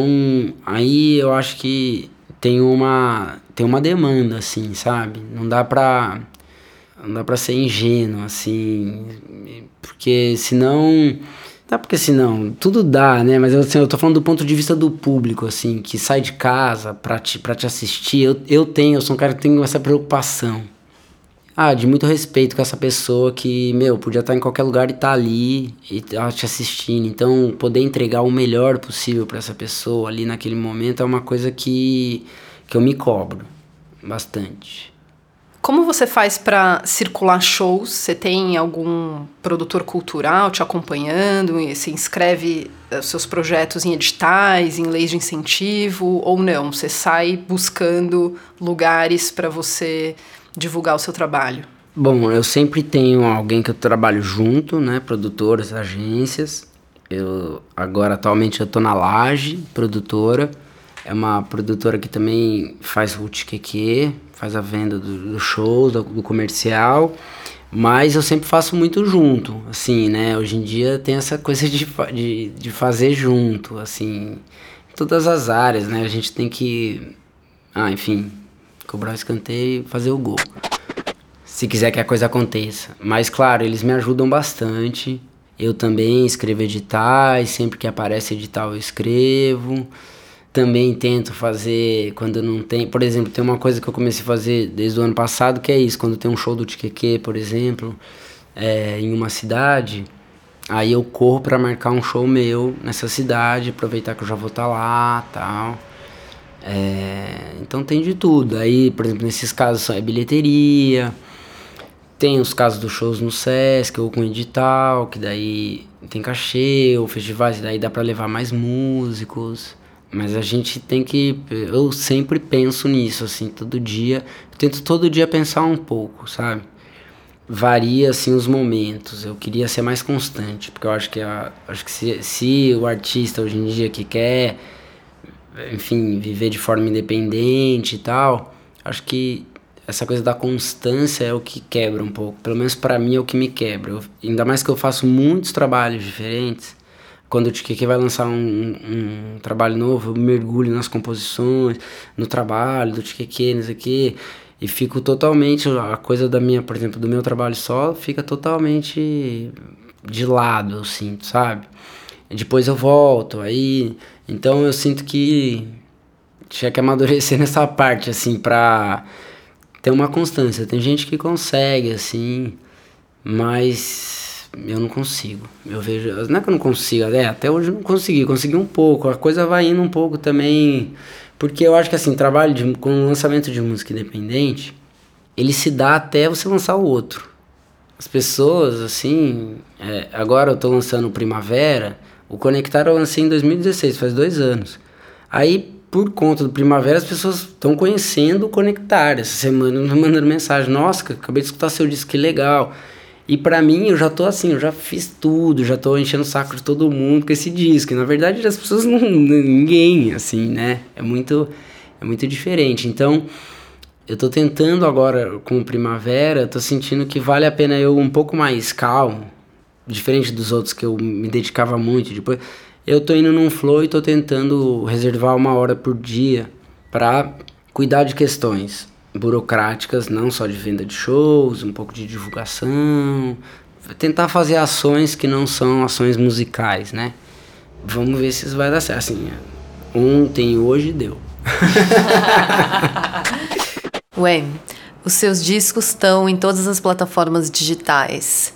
aí eu acho que tem uma, tem uma demanda, assim, sabe? Não dá pra, não dá pra ser ingênuo, assim, porque senão... Não é porque senão, tudo dá, né? Mas assim, eu tô falando do ponto de vista do público, assim, que sai de casa pra te, pra te assistir. Eu, eu tenho, eu sou um cara que tem essa preocupação. Ah, de muito respeito com essa pessoa que, meu, podia estar em qualquer lugar e tá ali e tá te assistindo. Então, poder entregar o melhor possível para essa pessoa ali naquele momento é uma coisa que, que eu me cobro bastante. Como você faz para circular shows? Você tem algum produtor cultural te acompanhando? Você inscreve os seus projetos em editais, em leis de incentivo? Ou não? Você sai buscando lugares para você divulgar o seu trabalho? Bom, eu sempre tenho alguém que eu trabalho junto, né? Produtoras, agências. Eu, agora, atualmente, eu tô na Laje, produtora. É uma produtora que também faz o Tiqueque, faz a venda do, do show, do, do comercial. Mas eu sempre faço muito junto, assim, né? Hoje em dia tem essa coisa de, de, de fazer junto, assim, em todas as áreas, né? A gente tem que, ah, enfim, cobrar o escanteio e fazer o gol, se quiser que a coisa aconteça. Mas, claro, eles me ajudam bastante. Eu também escrevo editais, sempre que aparece edital eu escrevo. Também tento fazer quando não tem... Por exemplo, tem uma coisa que eu comecei a fazer desde o ano passado, que é isso. Quando tem um show do Tiqueque, por exemplo, é, em uma cidade, aí eu corro pra marcar um show meu nessa cidade, aproveitar que eu já vou estar lá e tal. É, então tem de tudo. Aí, por exemplo, nesses casos é bilheteria. Tem os casos dos shows no Sesc ou com edital, que daí tem cachê, ou festivais, daí dá pra levar mais músicos. Mas a gente tem que... Eu sempre penso nisso, assim, todo dia. Eu tento todo dia pensar um pouco, sabe? Varia, assim, os momentos. Eu queria ser mais constante, porque eu acho que, a, acho que se, se o artista hoje em dia que quer, enfim, viver de forma independente e tal, acho que essa coisa da constância é o que quebra um pouco. Pelo menos pra mim é o que me quebra. Eu, ainda mais que eu faço muitos trabalhos diferentes. Quando o Tiqueque vai lançar um, um, um trabalho novo, eu mergulho nas composições, no trabalho do Tiqueque, não sei o quê, e fico totalmente, a coisa da minha, por exemplo, do meu trabalho solo, fica totalmente de lado, eu sinto, sabe? E depois eu volto, aí, então eu sinto que tinha que amadurecer nessa parte, assim, pra ter uma constância. Tem gente que consegue, assim, mas... eu não consigo, eu vejo, não é que eu não consigo, é, até hoje eu não consegui, consegui um pouco, a coisa vai indo um pouco também, porque eu acho que assim, trabalho de, com o lançamento de música independente, ele se dá até você lançar o outro. As pessoas, assim, é, agora eu tô lançando o Primavera, o Conectar eu lancei em dois mil e dezesseis, faz dois anos, aí por conta do Primavera as pessoas estão conhecendo o Conectar, essa semana me mandando mensagem, nossa, acabei de escutar seu disco, que legal. E pra mim, eu já tô assim, eu já fiz tudo, já tô enchendo o saco de todo mundo com esse disco. E na verdade, as pessoas não... ninguém, assim, né? É muito, é muito diferente. Então, eu tô tentando agora, com o Primavera, tô sentindo que vale a pena eu um pouco mais calmo, diferente dos outros que eu me dedicava muito. Depois, eu tô indo num flow e tô tentando reservar uma hora por dia pra cuidar de questões burocráticas, não só de venda de shows, um pouco de divulgação, tentar fazer ações que não são ações musicais, né? Vamos ver se isso vai dar certo. Assim, ontem, hoje deu. Ué, os seus discos estão em todas as plataformas digitais.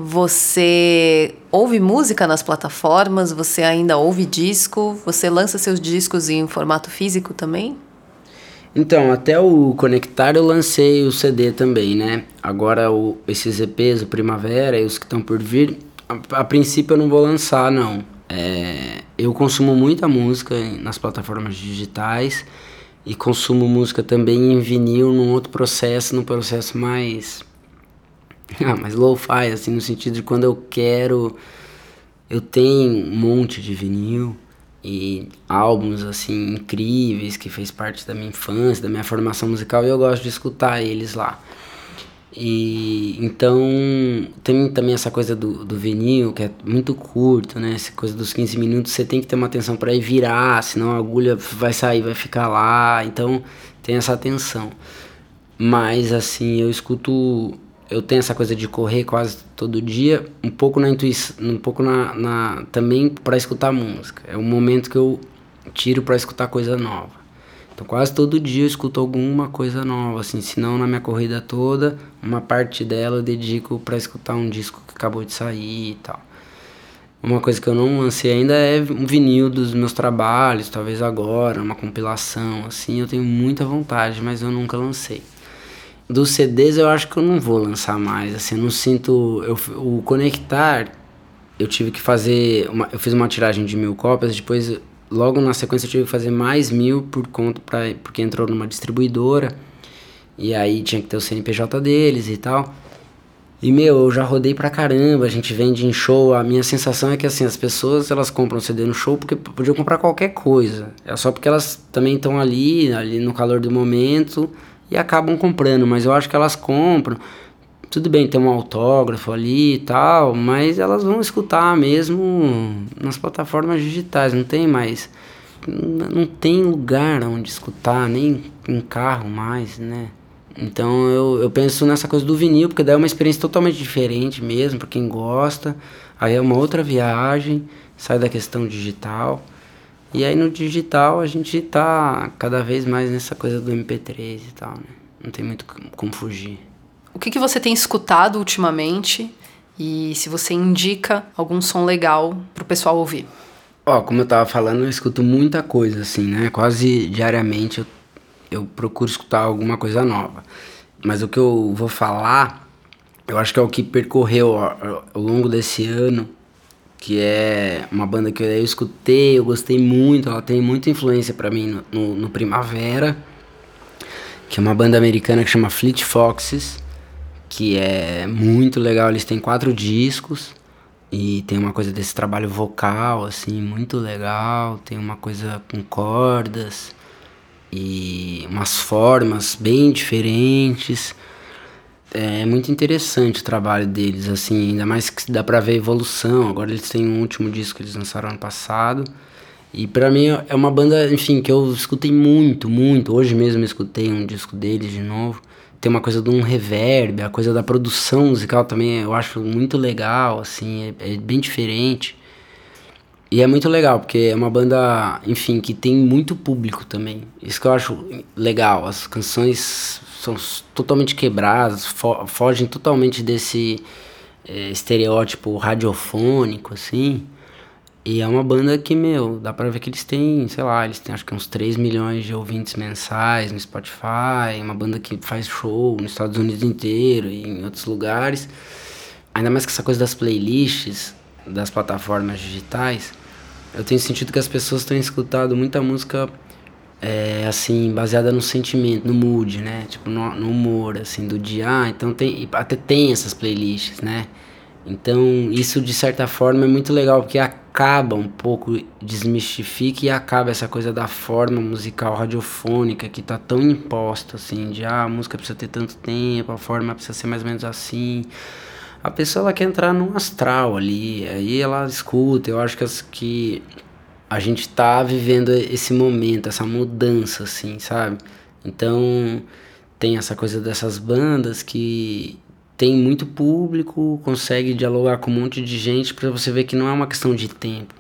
Você ouve música nas plataformas? Você ainda ouve disco? Você lança seus discos em formato físico também? Então, até o Conectar eu lancei o C D também, né? Agora o, esses E Ps, o Primavera e os que estão por vir, a, a princípio eu não vou lançar, não. É, eu consumo muita música nas plataformas digitais e consumo música também em vinil num outro processo, num processo mais... ah, mais lo-fi, assim, no sentido de quando eu quero... Eu tenho um monte de vinil e álbuns, assim, incríveis que fez parte da minha infância, da minha formação musical, e eu gosto de escutar eles lá. E então tem também essa coisa do, do vinil, que é muito curto, né? Essa coisa dos quinze minutos, você tem que ter uma atenção para ir virar, senão a agulha vai sair, vai ficar lá. Então tem essa atenção. Mas assim, eu escuto, eu tenho essa coisa de correr quase todo dia, um pouco na intuição, um pouco na, na também para escutar música. É um momento que eu tiro para escutar coisa nova. Então quase todo dia eu escuto alguma coisa nova, assim, se não na minha corrida toda, uma parte dela eu dedico para escutar um disco que acabou de sair e tal. Uma coisa que eu não lancei ainda é um vinil dos meus trabalhos, talvez agora, uma compilação, assim, eu tenho muita vontade, mas eu nunca lancei. Dos C Ds eu acho que eu não vou lançar mais, assim, eu não sinto... Eu, o Conectar, eu tive que fazer... Uma, eu fiz uma tiragem de mil cópias, depois... Logo na sequência eu tive que fazer mais mil por conta pra, porque entrou numa distribuidora. E aí tinha que ter o C N P J deles e tal. E, meu, eu já rodei pra caramba, a gente vende em show. A minha sensação é que, assim, as pessoas, elas compram C D no show porque podiam comprar qualquer coisa. É só porque elas também estão ali, ali no calor do momento e acabam comprando. Mas eu acho que elas compram... Tudo bem, tem um autógrafo ali e tal, mas elas vão escutar mesmo nas plataformas digitais, não tem mais, não tem lugar onde escutar, nem em carro mais, né? Então eu, eu penso nessa coisa do vinil, porque daí é uma experiência totalmente diferente mesmo, para quem gosta, aí é uma outra viagem, sai da questão digital, e aí no digital a gente tá cada vez mais nessa coisa do M P três e tal, né? Não tem muito como fugir. O que, que você tem escutado ultimamente e se você indica algum som legal pro pessoal ouvir? Ó, como eu tava falando, eu escuto muita coisa, assim, né? Quase diariamente eu, eu procuro escutar alguma coisa nova. Mas o que eu vou falar, eu acho que é o que percorreu ó, ao longo desse ano, que é uma banda que eu escutei, eu gostei muito, ela tem muita influência pra mim no, no, no Primavera, que é uma banda americana que chama Fleet Foxes, que é muito legal. Eles têm quatro discos e tem uma coisa desse trabalho vocal, assim, muito legal. Tem uma coisa com cordas e umas formas bem diferentes. É muito interessante o trabalho deles, assim, ainda mais que dá pra ver a evolução. Agora eles têm um último disco que eles lançaram ano passado. E pra mim é uma banda, enfim, que eu escutei muito, muito. Hoje mesmo eu escutei um disco deles de novo. Tem uma coisa de um reverb, a coisa da produção musical também eu acho muito legal, assim, é, é bem diferente. E é muito legal, porque é uma banda, enfim, que tem muito público também. Isso que eu acho legal, as canções são totalmente quebradas, fo- fogem totalmente desse é, estereótipo radiofônico, assim. E é uma banda que, meu, dá pra ver que eles têm, sei lá, eles têm acho que uns três milhões de ouvintes mensais no Spotify, uma banda que faz show nos Estados Unidos inteiro e em outros lugares. Ainda mais que essa coisa das playlists, das plataformas digitais, eu tenho sentido que as pessoas têm escutado muita música é, assim, baseada no sentimento, no mood, né? Tipo, no, no humor, assim, do dia. Ah, então tem, até tem essas playlists, né? Então, isso de certa forma é muito legal, porque acaba um pouco, desmistifica e acaba essa coisa da forma musical radiofônica que tá tão imposta, assim, de ah, a música precisa ter tanto tempo, a forma precisa ser mais ou menos assim. A pessoa ela quer entrar num astral ali, aí ela escuta. Eu acho que, as, que a gente tá vivendo esse momento, essa mudança, assim, sabe? Então, tem essa coisa dessas bandas que tem muito público, consegue dialogar com um monte de gente, pra você ver que não é uma questão de tempo.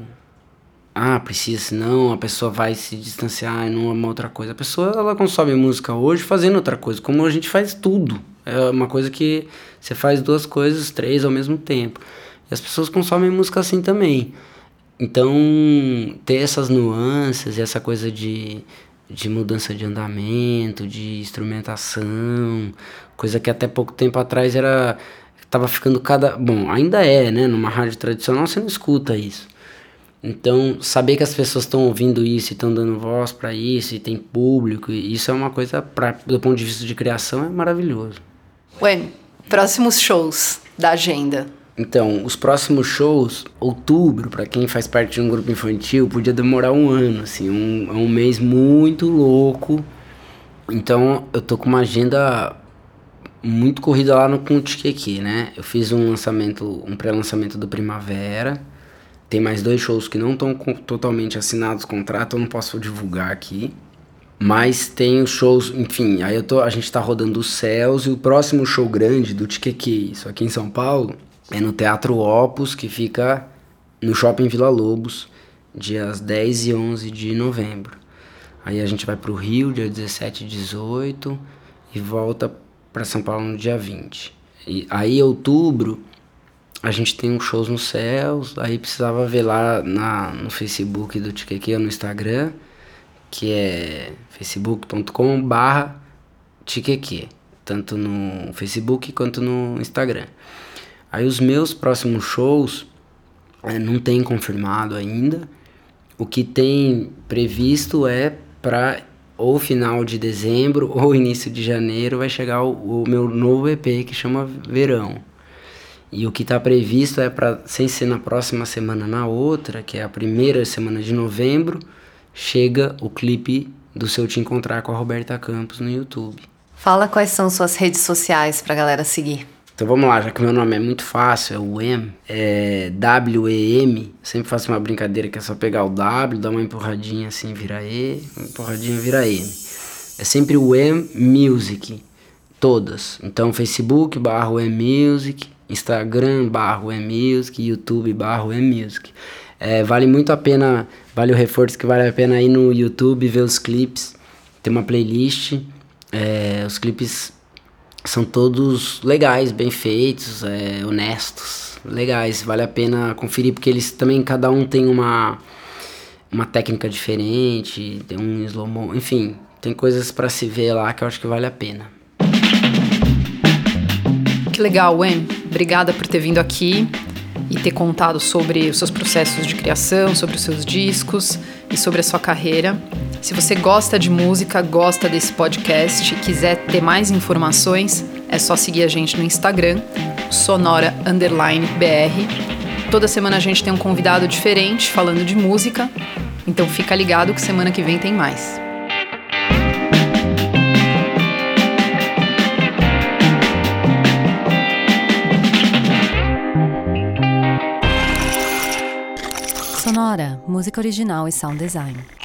Ah, precisa, senão a pessoa vai se distanciar e não é uma outra coisa. A pessoa, ela consome música hoje fazendo outra coisa, como a gente faz tudo. É uma coisa que você faz duas coisas, três ao mesmo tempo. E as pessoas consomem música assim também. Então, ter essas nuances e essa coisa de, de mudança de andamento, de instrumentação, coisa que até pouco tempo atrás era... Tava ficando cada... Bom, ainda é, né? Numa rádio tradicional você não escuta isso. Então, saber que as pessoas estão ouvindo isso e estão dando voz para isso, e tem público, e isso é uma coisa, pra, do ponto de vista de criação, é maravilhoso. Ué, próximos shows da agenda. Então, os próximos shows, outubro, para quem faz parte de um grupo infantil, podia demorar um ano, assim, um, é um mês muito louco. Então, eu tô com uma agenda muito corrida lá no Contiquequi, né? Eu fiz um lançamento, um pré-lançamento do Primavera. Tem mais dois shows que não estão totalmente assinados contrato, eu não posso divulgar aqui. Mas tem os shows, enfim, aí eu tô, a gente tá rodando os Céus, e o próximo show grande do Tiquequi, isso aqui em São Paulo, é no Teatro Opus, que fica no Shopping Vila Lobos, dias dez e onze de novembro. Aí a gente vai pro Rio, dia dezessete e dezoito, e volta pra São Paulo no dia vinte. E aí, em outubro, a gente tem uns shows nos Céus, aí precisava ver lá na, no Facebook do Tiquequi ou no Instagram, que é facebook ponto com barra Tiquequi, tanto no Facebook quanto no Instagram. Aí os meus próximos shows é, não tem confirmado ainda. O que tem previsto é para ou final de dezembro ou início de janeiro vai chegar o, o meu novo E P, que chama Verão. E o que está previsto é para, sem ser na próxima semana, na outra, que é a primeira semana de novembro, chega o clipe do Se Eu Te Encontrar com a Roberta Campos no YouTube. Fala quais são suas redes sociais pra galera seguir. Então vamos lá, já que meu nome é muito fácil, é o M, é W E M, sempre faço uma brincadeira que é só pegar o W, dar uma empurradinha assim, vira E, uma empurradinha vira M. É sempre o M Music, todas. Então Facebook barra o M Music, Instagram barra o M Music, YouTube barra o M Music. É, vale muito a pena, vale o reforço que vale a pena ir no YouTube ver os clipes. Tem uma playlist, é, os clipes são todos legais, bem feitos, é, honestos, legais. Vale a pena conferir, porque eles também, cada um tem uma, uma técnica diferente, tem um slow mo, enfim, tem coisas para se ver lá que eu acho que vale a pena. Que legal, Wen. Obrigada por ter vindo aqui e ter contado sobre os seus processos de criação, sobre os seus discos e sobre a sua carreira. Se você gosta de música, gosta desse podcast, quiser ter mais informações, é só seguir a gente no Instagram, sonora underline B R. Toda semana a gente tem um convidado diferente falando de música, então fica ligado que semana que vem tem mais. Sonora, música original e sound design.